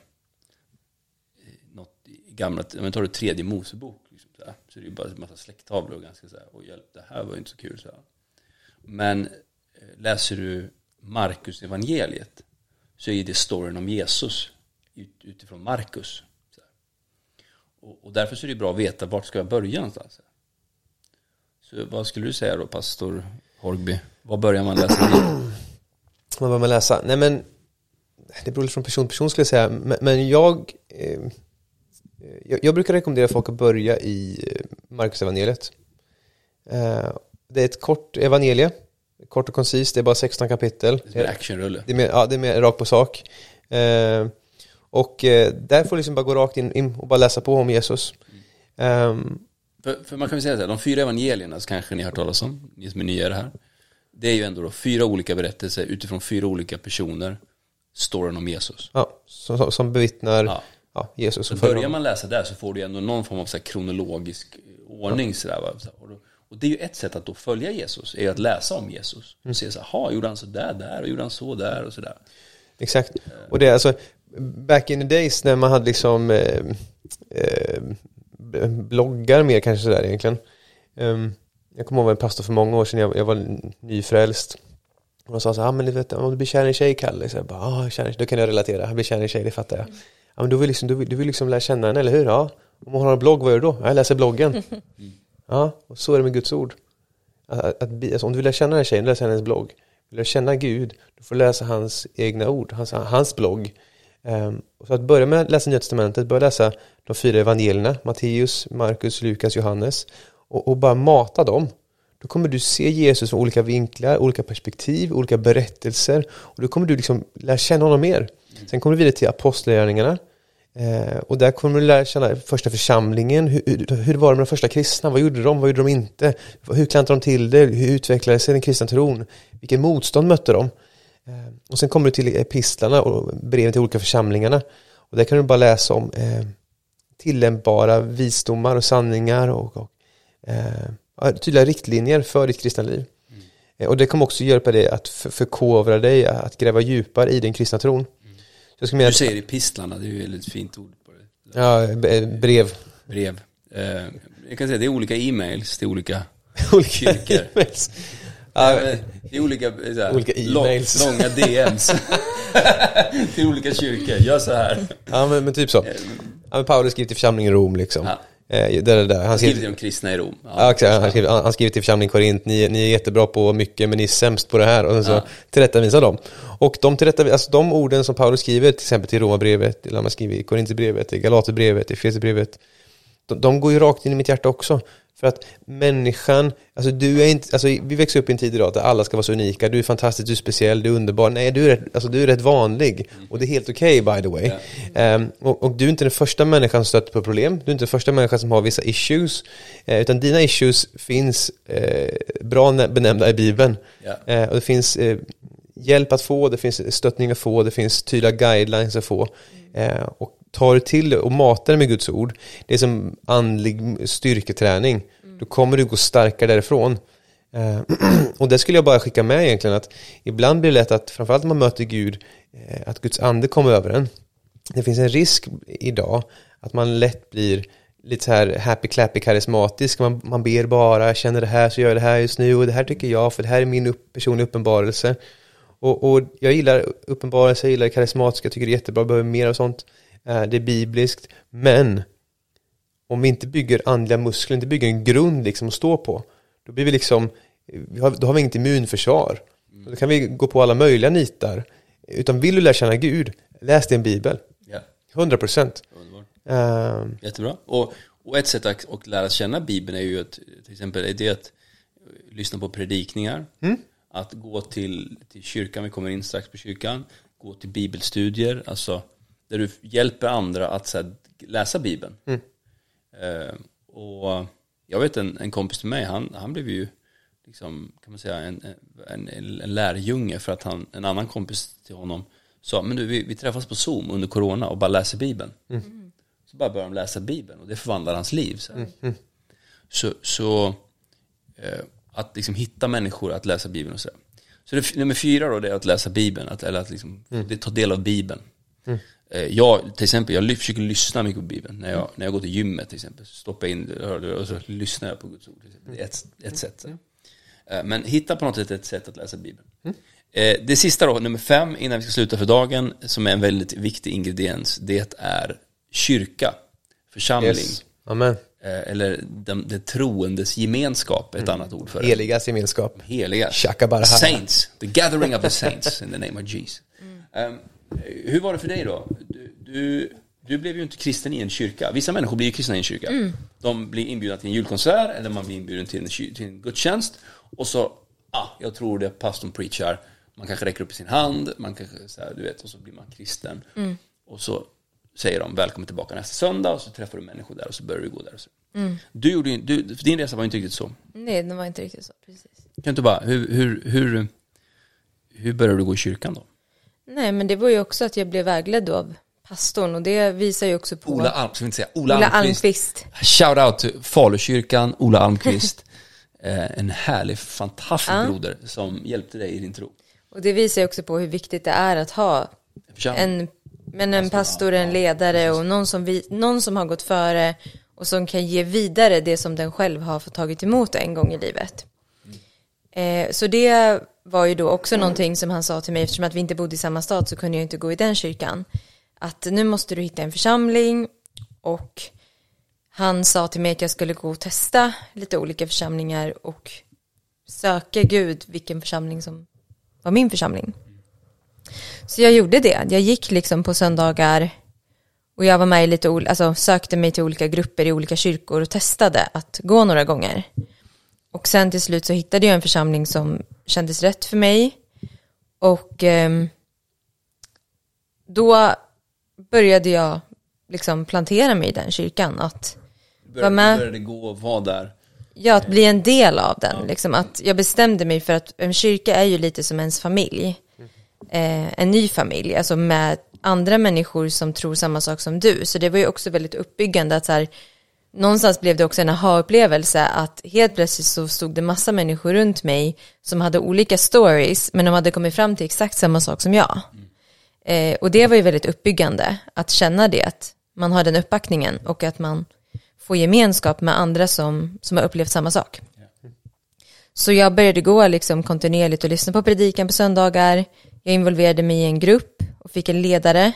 S2: något gamla, men tar du tredje Mosebok, liksom så, här, så det är ju bara en massa släkttavlor och ganska så här, och hjälp, det här var ju inte så kul så här. Men läser du Markus evangeliet så är det storyn om Jesus ut, utifrån Markus. Så och, och därför så är det bra att veta vart ska jag börja någonstans. Så vad skulle du säga då, pastor Horgby? Vad börjar man läsa?
S1: Vad börjar man läsa? Nej, men det beror från person till person skulle jag säga. Men, men jag, eh, jag jag brukar rekommendera folk att börja i Markus evangeliet. Eh, det är ett kort evangelie. Kort och koncis, det är bara sexton kapitel.
S2: Det är actionrulle.
S1: Det är mer, ja, det är mer rakt på sak. Eh, och eh, där får liksom bara gå rakt in, in och bara läsa på om Jesus. Mm. Um,
S2: för, för man kan väl säga så här, de fyra evangelierna så kanske ni har hört talas om, ni som är nya här. Det är ju ändå då fyra olika berättelser utifrån fyra olika personer, storyn om Jesus.
S1: Ja, som, som bevittnar ja. Ja, Jesus.
S2: Så börjar man läsa där så får du ändå någon form av så här kronologisk ordning. Ja. Så där, va? Och, då, och det är ju ett sätt att då följa Jesus, är att läsa om Jesus. Och se så här, ha, gjorde han så där, där och gjorde han så där och så där.
S1: Exakt. Och det är alltså, back in the days när man hade liksom eh, eh, bloggar mer kanske sådär egentligen. Um, jag kommer ihåg en pastor för många år sedan, jag, jag var nyfrälst. Och de sa så här, ah, men du vet, om du blir kär i en tjej, Kalle, så jag bara, ah, kär, då kan jag relatera, jag blir kär i en tjej, det fattar jag. Mm. Ja, men du vill, liksom, du, vill, du vill liksom lära känna henne, eller hur? Ja. Om hon har en blogg, vad gör du då? Jag läser bloggen. Mm. Ja, och så är det med Guds ord. Att, att, att, alltså, om du vill lära känna den här tjejen, läsa hennes blogg. Vill du känna Gud, du får läsa hans egna ord, hans, hans blogg. Um, så att börja med att läsa Nya testamentet, börja läsa de fyra evangelierna, Matteus, Markus, Lukas, Johannes, och, och bara mata dem. Då kommer du se Jesus från olika vinklar, olika perspektiv, olika berättelser, och då kommer du liksom lära känna honom mer. Sen kommer du vidare till apostlagärningarna, eh, och där kommer du lära känna första församlingen, hur, hur, hur var det med de första kristna, vad gjorde de, vad gjorde de inte, hur klantade de till det, hur utvecklade sig den kristna tron, vilken motstånd mötte de. Eh, och sen kommer du till epistlarna och breven till olika församlingarna, och där kan du bara läsa om eh, tillämpbara visdomar och sanningar och, och eh, tydliga riktlinjer för ditt kristna liv. Mm. Eh, och det kommer också hjälpa dig att för, förkovra dig, att gräva djupare i den kristna tron. Mm. Så jag du
S2: att, säger epistlarna, det är ju ett fint ord på det.
S1: Ja, brev.
S2: Brev. Eh, jag kan säga det är olika e-mails till olika kyrkor. E-mails. Ja, det är olika, såhär,
S1: olika e-mails.
S2: Lång, långa D Ms till olika kyrkor. Gör så här.
S1: Ja, men, men typ så. Ja, men Paulus skrev till församlingen i Rom liksom. Ja. Eh, där, där. Han,
S2: han skriver till de kristna i Rom.
S1: Ja, ja, exakt. Han, skriver, han skriver till församlingen i Korint. Ni, ni är jättebra på mycket, men ni är sämst på det här. Och så ja. tillrättavisar dem. Och de, tillrättavisar, alltså de orden som Paulus skriver, till exempel till Romarbrevet, eller man skriver i Korinthierbrevet, i Galaterbrevet, i Efesierbrevet, de, de går ju rakt in i mitt hjärta också. För att människan, alltså du är inte, alltså vi växer upp i en tid idag där alla ska vara så unika, du är fantastisk, du är speciell, du är underbar. Nej, du är rätt, alltså du är rätt vanlig, och det är helt okej, okay, by the way. Yeah. Um, och, och du är inte den första människan som stöter på problem, du är inte den första människan som har vissa issues, uh, utan dina issues finns uh, bra benämnda i Bibeln. Yeah. Uh, och det finns uh, hjälp att få, det finns stöttning att få, det finns tydliga guidelines att få. Uh, och tar du till och matar med Guds ord, det är som andlig styrketräning. Mm. Då kommer du gå starkare därifrån. Eh, och det skulle jag bara skicka med egentligen, att ibland blir det lätt att, framförallt när man möter Gud, eh, att Guds ande kommer över en. Det finns en risk idag att man lätt blir lite så här happy clappy karismatisk. Man, man ber bara, jag känner det här så gör jag det här just nu, och det här tycker jag, för det här är min upp, personliga uppenbarelse. Och, och jag gillar uppenbarelse, jag gillar karismatiska, jag tycker det är jättebra, jag behöver mer av sånt. Det är bibliskt, men om vi inte bygger andliga muskler, inte bygger en grund liksom att stå på, då blir vi liksom, vi har, då har vi inget immunförsvar. Mm. Då kan vi gå på alla möjliga nitar. Utan vill du lära känna Gud, läs din bibel.
S2: Ja.
S1: hundra procent. Uh,
S2: Jättebra. Och, och ett sätt att, att lära känna Bibeln är ju att, till exempel, är det att lyssna på predikningar, mm. att gå till, till kyrkan, vi kommer in strax på kyrkan, gå till bibelstudier, alltså där du hjälper andra att så här, läsa Bibeln. Mm. Uh, och jag vet en, en kompis till mig, han, han blev ju liksom, kan man säga, en, en, en lärjunge, för att han, en annan kompis till honom sa, men du, vi, vi träffas på Zoom under corona och bara läser Bibeln. Mm. Så bara börjar de läsa Bibeln, och det förvandlar hans liv. Så, mm. Mm. så, så uh, att liksom hitta människor att läsa Bibeln och så. Så det, nummer fyra då, det är att läsa Bibeln, att, eller att liksom, mm. ta del av Bibeln. Mm. Jag, till exempel, jag försöker lyssna mycket på Bibeln när jag, när jag går till gymmet till exempel, stoppa in och så lyssnar jag på Guds ord. Det är ett, ett sätt. Men hitta på något sätt ett sätt att läsa Bibeln. Det sista då, nummer fem, innan vi ska sluta för dagen, som är en väldigt viktig ingrediens, det är kyrka, församling. Yes. Amen. Eller det, det troendes gemenskap, ett mm. annat ord för det.
S1: Heligas gemenskap.
S2: Heliga. Saints, the gathering of the saints in the name of Jesus. Mm. Um, Hur var det för dig då? Du, du, du blev ju inte kristen i en kyrka. Vissa människor blir ju kristna i en kyrka. Mm. De blir inbjudna till en julkonsert, eller man blir inbjuden till en, till en gudstjänst. Och så, ah, jag tror det pastorn preachar. Man kanske räcker upp sin hand, man kanske, så här, du vet, och så blir man kristen. Mm. Och så säger de, välkommen tillbaka nästa söndag. Och så träffar du människor där, och så börjar du gå där. Och så. Mm. Du gjorde, du, din resa var inte riktigt så.
S3: Nej, den var inte riktigt så, precis.
S2: Kan inte bara, hur, hur, hur, hur började du gå i kyrkan då?
S3: Nej, men det var ju också att jag blev vägledd av pastorn, och det visar ju också på
S2: Ola, Alm, ska vi inte säga, Ola,
S3: Ola
S2: Almqvist.
S3: Almqvist.
S2: Shout out till Falukyrkan, Ola Almqvist. eh, en härlig, fantastisk ja. broder som hjälpte dig i din tro.
S3: Och det visar ju också på hur viktigt det är att ha en Men en pastor, en ledare och någon som, vi, någon som har gått före och som kan ge vidare det som den själv har fått tagit emot en gång i livet. Mm. Eh, så det var ju då också någonting som han sa till mig, eftersom att vi inte bodde i samma stad så kunde jag inte gå i den kyrkan. Att nu måste du hitta en församling, och han sa till mig att jag skulle gå och testa lite olika församlingar och söka Gud vilken församling som var min församling. Så jag gjorde det. Jag gick liksom på söndagar och jag var med i lite, alltså sökte mig till olika grupper i olika kyrkor och testade att gå några gånger. Och sen till slut så hittade jag en församling som kändes rätt för mig. Och eh, då började jag liksom plantera mig i den kyrkan. Att
S2: började,
S3: vara med.
S2: Började gå och vara där.
S3: Ja, att bli en del av den. Ja. Liksom, att jag bestämde mig för att en kyrka är ju lite som ens familj. Eh, en ny familj, alltså med andra människor som tror samma sak som du. Så det var ju också väldigt uppbyggande att så här, någonstans blev det också en aha-upplevelse att helt plötsligt så stod det massa människor runt mig som hade olika stories, men de hade kommit fram till exakt samma sak som jag. Mm. Eh, och det var ju väldigt uppbyggande att känna det, att man har den uppbackningen och att man får gemenskap med andra som, som har upplevt samma sak. Mm. Så jag började gå liksom kontinuerligt och lyssna på predikan på söndagar. Jag involverade mig i en grupp och fick en ledare.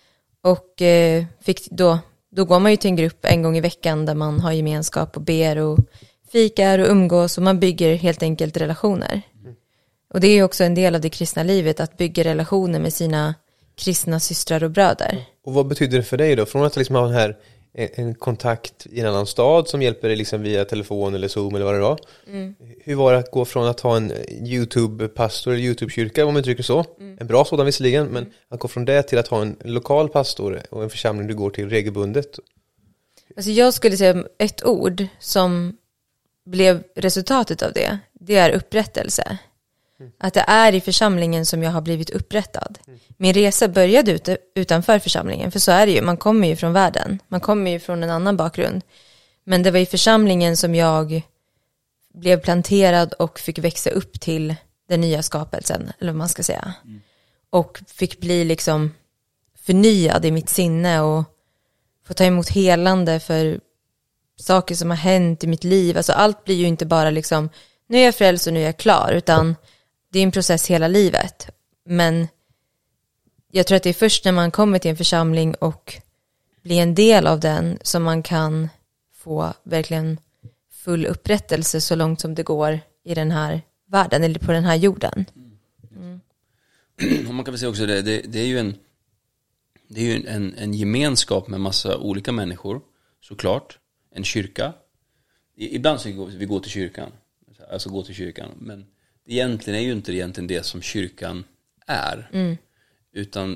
S3: Och eh, fick då, då går man ju till en grupp en gång i veckan där man har gemenskap och ber och fikar och umgås. Och man bygger helt enkelt relationer. Mm. Och det är ju också en del av det kristna livet, att bygga relationer med sina kristna systrar och bröder.
S1: Och vad betyder det för dig då? Från att liksom ha den här en kontakt i en annan stad som hjälper dig liksom via telefon eller Zoom eller vad det var. Mm. Hur var det att gå från att ha en YouTube-pastor eller YouTube-kyrka, om man uttrycker så, mm. en bra sådan visserligen, men att gå från det till att ha en lokal pastor och en församling du går till regelbundet?
S3: Alltså jag skulle säga ett ord som blev resultatet av det, det är upprättelse. Mm. Att det är i församlingen som jag har blivit upprättad. Mm. Min resa började ut, utanför församlingen, för så är det ju, man kommer ju från världen, man kommer ju från en annan bakgrund. Men det var i församlingen som jag blev planterad och fick växa upp till den nya skapelsen, eller vad man ska säga. Mm. Och fick bli liksom förnyad i mitt sinne och få ta emot helande för saker som har hänt i mitt liv. Alltså allt blir ju inte bara liksom, nu är jag frälst och nu är jag klar, utan det är en process hela livet. Men jag tror att det är först när man kommer till en församling och blir en del av den som man kan få verkligen full upprättelse så långt som det går i den här världen eller på den här jorden. Mm.
S2: Och man kan väl säga också det, det, det är ju en det är ju en, en gemenskap med massa olika människor, såklart. En kyrka. Ibland så vi går vi går till kyrkan. Alltså gå till kyrkan. Men egentligen är ju inte egentligen det som kyrkan är. Mm. Utan,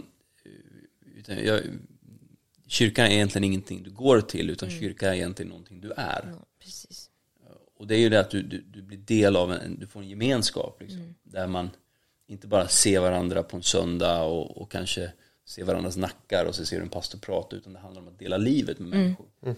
S2: utan jag, kyrkan är egentligen ingenting du går till, utan mm. kyrka är egentligen någonting du är.
S3: Ja, precis.
S2: Och det är ju det att du, du, du blir del av en, du får en gemenskap liksom, mm. där man inte bara ser varandra på en söndag och, och kanske ser varandras nackar och så ser du en pastor prata, utan det handlar om att dela livet med mm. människor. Mm.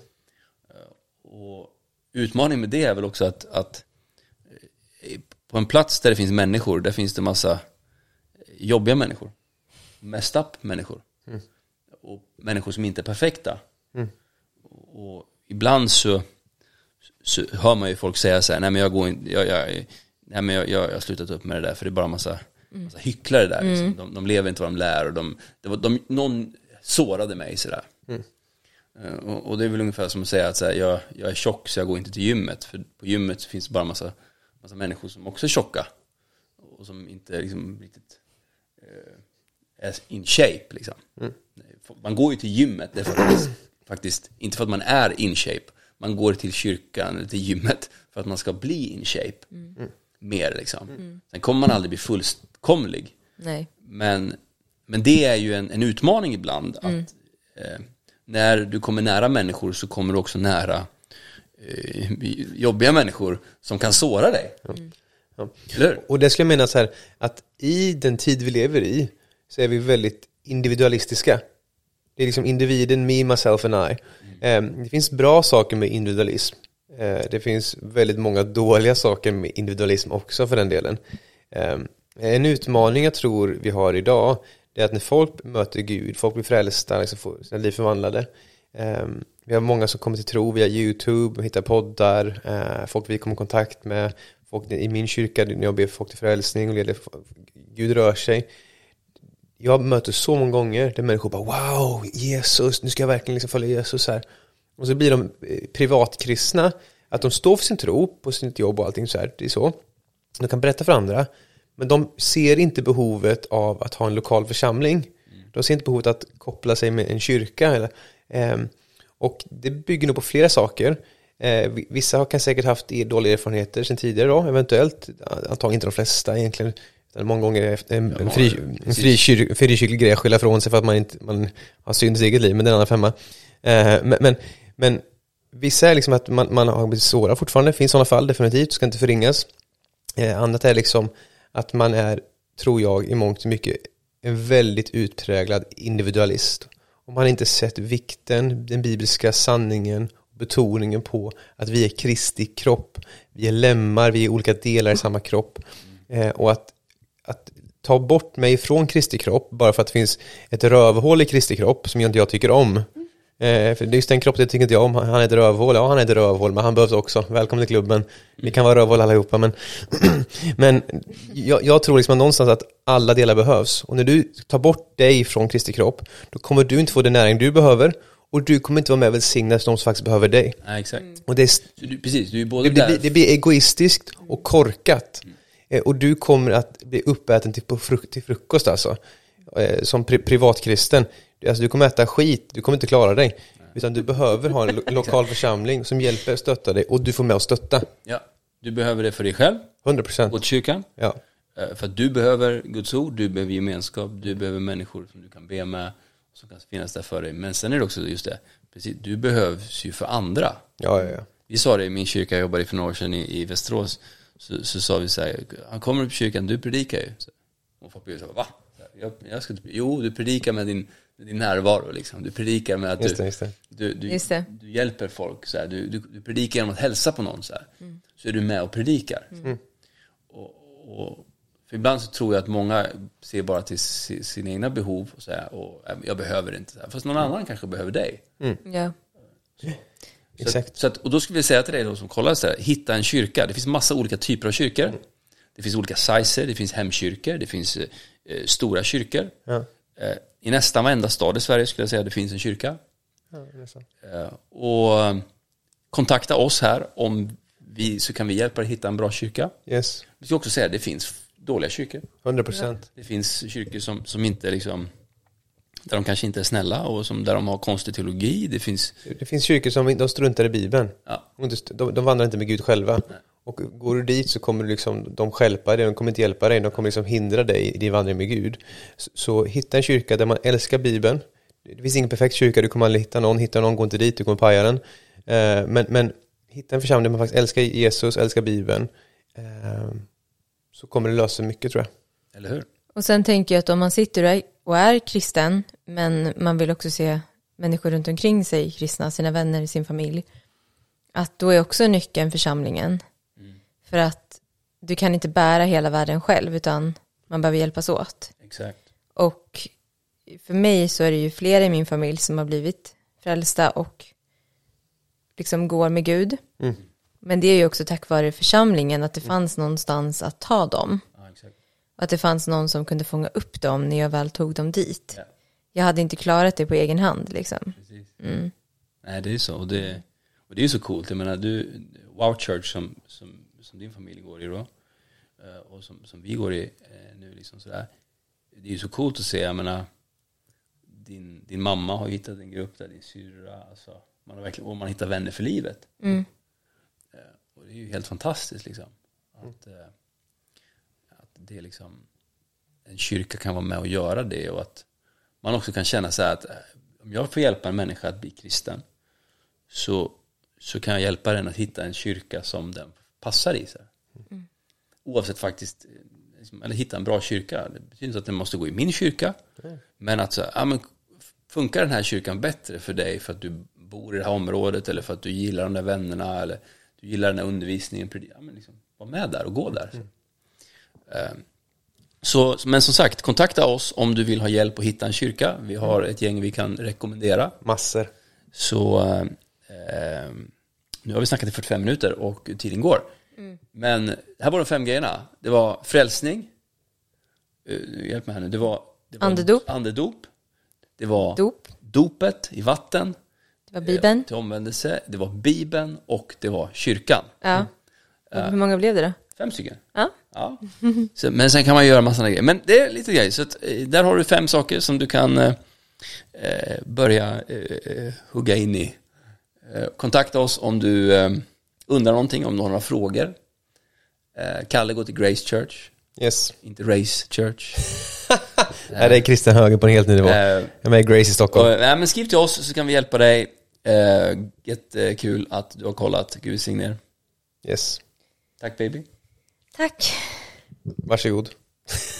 S2: Och utmaningen med det är väl också att, att på en plats där det finns människor, där finns det massa jobbiga människor. Messed up människor. Mm. Och människor som inte är perfekta. Mm. Och ibland så, så hör man ju folk säga så här, nej men jag går in, jag, jag, nej men jag, jag, jag har slutat upp med det där, för det är bara massa, mm. massa hycklare där. Liksom. Mm. De, de lever inte vad de lär, och de, det var, de, någon sårade mig sådär. Mm. Och, och det är väl ungefär som att säga att så här, jag, jag är tjock så jag går inte till gymmet. För på gymmet så finns det bara massa, massa människor som också är tjocka. Och som inte liksom riktigt är in shape liksom. Mm. Man går ju till gymmet, det är faktiskt, faktiskt inte för att man är in shape. Man går till kyrkan eller till gymmet för att man ska bli in shape. Mm. Mer liksom. Mm. Sen kommer man aldrig bli fullkomlig. Nej. Men, men det är ju en, en utmaning ibland. Mm. Att eh, när du kommer nära människor så kommer du också nära eh, jobbiga människor som kan såra dig. Mm.
S1: Ja. Och det skulle jag mena så här, att i den tid vi lever i så är vi väldigt individualistiska. Det är liksom individen, me, myself and I. Mm. Det finns bra saker med individualism. Det finns väldigt många dåliga saker med individualism också för den delen. En utmaning jag tror vi har idag, det är att när folk möter Gud, folk blir frälsta, liksom får sina liv förvandlade. Um, vi har många som kommer till tro via YouTube, hittar poddar, uh, folk vi kommer i kontakt med, folk i min kyrka när jag ber folk till frälsning och leder, Gud rör sig. Jag möter så många gånger där människor bara wow, Jesus, nu ska jag verkligen liksom följa Jesus här. Och så blir de privatkristna, att de står för sin tro på sitt jobb och allting så här, det är så. De kan berätta för andra, men de ser inte behovet av att ha en lokal församling. De ser inte behovet att koppla sig med en kyrka. Eller, eh, och det bygger nog på flera saker. Eh, vissa har kan säkert haft dåliga erfarenheter sedan tidigare då, eventuellt. Antagligen inte de flesta egentligen. Många gånger en, en, fri, en frikyrklig fri grej att skylla från sig för att man inte man har synd i sitt eget liv, men det är en annan femma. Eh, men, men, men vissa är liksom att man, man har blivit såra fortfarande. Det finns sådana fall definitivt, ska inte förringas. Eh, annat är liksom att man är, tror jag, i mångt och mycket en väldigt utpräglad individualist. Om man inte sett vikten, den bibliska sanningen, betoningen på att vi är Kristi kropp, vi är lemmar, vi är olika delar i samma kropp. Eh, och att, att ta bort mig från Kristi kropp bara för att det finns ett rövhål i Kristi kropp som jag inte jag tycker om. Eh, för det är just den kroppen jag tycker inte jag om. Han är ett rövhål, ja han är ett rövhål, men han behövs också. Välkommen till klubben. Vi kan vara rövhål allihopa, men, men jag, jag tror liksom att någonstans att alla delar behövs. Och när du tar bort dig från Kristi kropp, då kommer du inte få den näring du behöver. Och du kommer inte vara med och välsigna de som faktiskt behöver dig.
S2: Ja, exakt.
S1: Och det är,
S2: så du, precis, du är både
S1: det,
S2: där...
S1: blir, det blir egoistiskt och korkat. Mm. Eh, och du kommer att bli uppäten till, på fruk- till frukost alltså. Eh, som pri- privatkristen. Alltså du kommer äta skit, du kommer inte klara dig. Nej. Utan du behöver ha en lo- lokal församling som hjälper och stöttar dig. Och du får med att stötta.
S2: Ja, du behöver det för dig själv.
S1: hundra procent.
S2: Gå till kyrkan.
S1: Ja.
S2: För att du behöver Guds ord, du behöver gemenskap, du behöver människor som du kan be med, som kan finnas där för dig. Men sen är det också just det, precis, du behövs ju för andra.
S1: Ja, ja, ja.
S2: Vi sa det i min kyrka, jag jobbade för några år sedan i, i Västerås, så, så sa vi så här, han kommer upp i kyrkan, du predikar ju. Så, och folk blev så här, va? Jag, jag ska inte, jo, du predikar med din, med din närvaro liksom. Du predikar med att
S1: just
S2: du,
S1: det, just det.
S2: Du, du,
S3: just det.
S2: du hjälper folk så här. Du, du, du predikar genom att hälsa på någon så här. Mm. Så är du med och predikar. Mm. Och, och för ibland så tror jag att många ser bara till si, sina egna behov och, så här, och jag behöver inte så här. Fast någon annan kanske behöver dig.
S3: Mm. Ja.
S2: Så, Exakt. Så, så att, och då skulle vi säga till dig då, som kollar så här, hitta en kyrka. Det finns massa olika typer av kyrkor. Mm. Det finns olika sizer, det finns hemkyrkor, det finns eh, stora kyrkor. Ja. Eh, I nästan varenda stad i Sverige skulle jag säga det finns en kyrka. Ja, det är så. Eh, och kontakta oss här om vi, så kan vi hjälpa dig hitta en bra kyrka.
S1: Yes.
S2: Vi ska också säga att det finns dåliga kyrkor.
S1: hundra procent.
S2: Det finns kyrkor som, som inte liksom, där de kanske inte är snälla och som, där de har konstig teologi. Det finns,
S1: det finns kyrkor som de struntar i Bibeln.
S2: Ja.
S1: De, de vandrar inte med Gud själva. Nej. Och går du dit så kommer du liksom, de stjälpa dig, de kommer inte hjälpa dig, de kommer liksom hindra dig i din vandring med Gud. Så, så hitta en kyrka där man älskar Bibeln. Det finns ingen perfekt kyrka, du kommer aldrig hitta någon, hitta någon, gå inte dit, du kommer paja den. Eh, men, men hitta en församling där man faktiskt älskar Jesus, älskar Bibeln. Eh, så kommer det lösa mycket, tror jag.
S2: Eller hur?
S3: Och sen tänker jag att om man sitter och är kristen, men man vill också se människor runt omkring sig kristna, sina vänner, sin familj, att då är också nyckeln församlingen. Mm. För att du kan inte bära hela världen själv, utan man behöver hjälpas åt.
S2: Exakt.
S3: Och för mig så är det ju flera i min familj som har blivit frälsta och liksom går med Gud. Mm. Men det är ju också tack vare församlingen att det fanns någonstans att ta dem.
S2: Ja, exakt.
S3: Att det fanns någon som kunde fånga upp dem när jag väl tog dem dit.
S2: Ja.
S3: Jag hade inte klarat det på egen hand liksom.
S2: Precis.
S3: Mm.
S2: Nej, det är så. Och det, och det är så coolt. Jag menar, du, Wow Church som, som, som din familj går i då, och som, som vi går i nu liksom sådär. Det är ju så coolt att se, jag menar, din, din mamma har hittat en grupp där, din syrra, alltså, man har verkligen, och man hittar vänner för livet.
S3: Mm.
S2: Och det är ju helt fantastiskt liksom. Att, mm. att det är liksom, en kyrka kan vara med och göra det, och att man också kan känna så här att om jag får hjälpa en människa att bli kristen, så, så kan jag hjälpa den att hitta en kyrka som den passar i sig. Mm. Oavsett faktiskt, eller hitta en bra kyrka. Det betyder inte att den måste gå i min kyrka, mm. men att så, ja, men funkar den här kyrkan bättre för dig för att du bor i det här området, eller för att du gillar de där vännerna, eller du gillar den här undervisningen, ja, men liksom, var med där och gå där. Mm. Uh, Så, men som sagt, kontakta oss om du vill ha hjälp att hitta en kyrka. Vi har ett gäng vi kan rekommendera.
S1: Massor.
S2: Så eh, nu har vi snackat i fyrtiofem minuter och tiden går. Mm. Men det här var de fem grejerna. Det var frälsning. Uh, hjälp mig här nu. Det var, det var
S3: andedop.
S2: andedop. Det var
S3: Dop.
S2: dopet i vatten.
S3: Det var Bibeln.
S2: Till omvändelse. Det var Bibeln och det var kyrkan.
S3: Ja. Och hur många blev det då?
S2: Fem stycken.
S3: Ja.
S2: Ja. Så, men sen kan man göra massa grejer. Men det är lite grejer. Så att, där har du fem saker som du kan eh, börja eh, hugga in i. Eh, kontakta oss om du eh, undrar någonting, om du har några frågor. Eh, Kalle går till Grace Church.
S1: Yes.
S2: Inte Race Church.
S1: Nej, det är kristen höger på en helt ny nivå.
S2: Eh,
S1: Jag är med i Grace i Stockholm.
S2: och, nej, men skriv till oss så kan vi hjälpa dig. Eh, jättekul att du har kollat. Gud signe er.
S1: Yes.
S2: Tack baby.
S3: Tack.
S1: Varsågod.